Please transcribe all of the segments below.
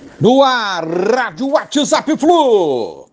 No ar, Rádio WhatsApp Flu.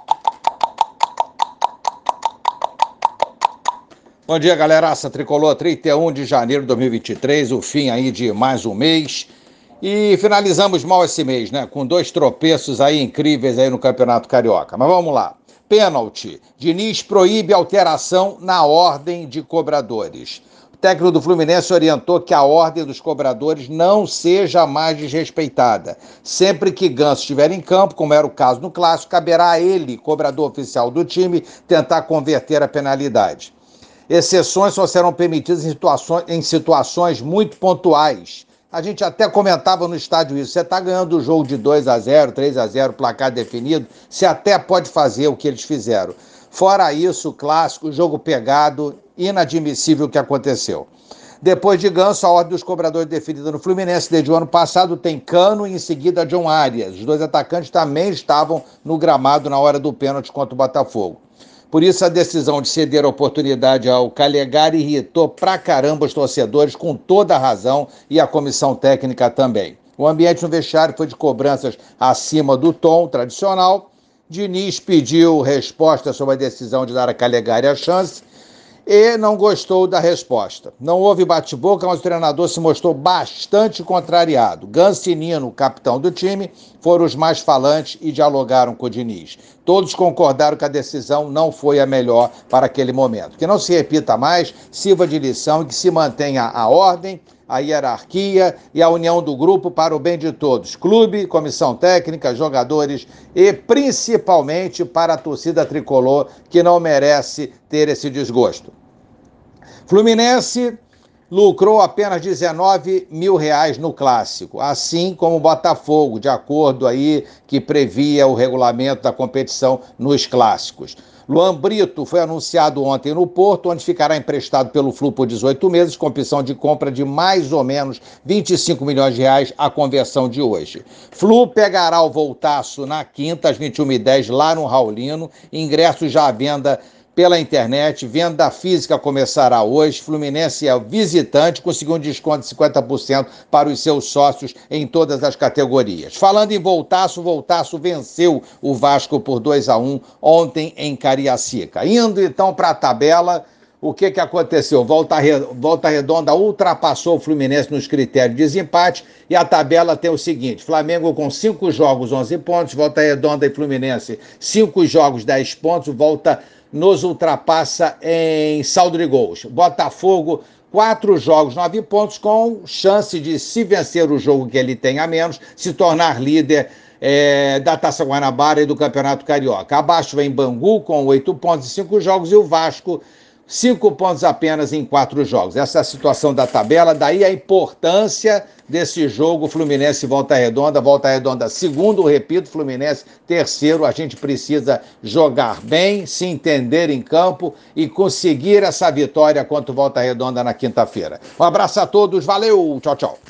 Bom dia, galeraça tricolor, 31 de janeiro de 2023, o fim aí de mais um mês. E finalizamos mal esse mês, né? Com 2 tropeços aí incríveis aí no Campeonato Carioca. Mas vamos lá. Pênalti. Diniz proíbe alteração na ordem de cobradores. O técnico do Fluminense orientou que a ordem dos cobradores não seja mais desrespeitada. Sempre que Ganso estiver em campo, como era o caso no Clássico, caberá a ele, cobrador oficial do time, tentar converter a penalidade. Exceções só serão permitidas em situações muito pontuais. A gente até comentava no estádio isso. Você está ganhando o jogo de 2-0, 3-0, placar definido, você até pode fazer o que eles fizeram. Fora isso, clássico, jogo pegado, inadmissível o que aconteceu. Depois de Ganso, a ordem dos cobradores definida no Fluminense desde o ano passado tem Cano e em seguida John Arias. Os 2 atacantes também estavam no gramado na hora do pênalti contra o Botafogo. Por isso, a decisão de ceder a oportunidade ao Calegari irritou pra caramba os torcedores, com toda a razão, e a comissão técnica também. O ambiente no vestiário foi de cobranças acima do tom tradicional. Diniz pediu resposta sobre a decisão de dar a Calegari a chance e não gostou da resposta. Não houve bate-boca, mas o treinador se mostrou bastante contrariado. Ganso e Nino, capitão do time, foram os mais falantes e dialogaram com o Diniz. Todos concordaram que a decisão não foi a melhor para aquele momento. Que não se repita mais, sirva de lição e que se mantenha a ordem, a hierarquia e a união do grupo para o bem de todos. Clube, comissão técnica, jogadores e principalmente para a torcida tricolor, que não merece ter esse desgosto. Fluminense lucrou apenas R$19 mil no clássico, assim como o Botafogo, de acordo aí que previa o regulamento da competição nos clássicos. Luan Brito foi anunciado ontem no Porto, onde ficará emprestado pelo Flu por 18 meses, com opção de compra de mais ou menos R$25 milhões a conversão de hoje. Flu pegará o Voltaço na quinta, às 21h10, lá no Raulino. Ingressos já à venda pela internet, venda física começará hoje. Fluminense é visitante, conseguiu um desconto de 50% para os seus sócios em todas as categorias. Falando em Voltaço, Voltaço venceu o Vasco por 2-1 ontem em Cariacica. Indo então para a tabela, o que aconteceu? Volta Redonda ultrapassou o Fluminense nos critérios de desempate e a tabela tem o seguinte: Flamengo com 5 jogos, 11 pontos, Volta Redonda e Fluminense 5 jogos, 10 pontos, Volta nos ultrapassa em saldo de gols. Botafogo, 4 jogos, 9 pontos, com chance de, se vencer o jogo que ele tem a menos, se tornar líder da Taça Guanabara e do Campeonato Carioca. Abaixo vem Bangu com 8 pontos em 5 jogos e o Vasco 5 pontos apenas em 4 jogos. Essa é a situação da tabela, daí a importância desse jogo Fluminense e Volta Redonda segundo, repito, Fluminense terceiro. A gente precisa jogar bem, se entender em campo e conseguir essa vitória contra o Volta Redonda na quinta-feira. Um abraço a todos, valeu, tchau, tchau.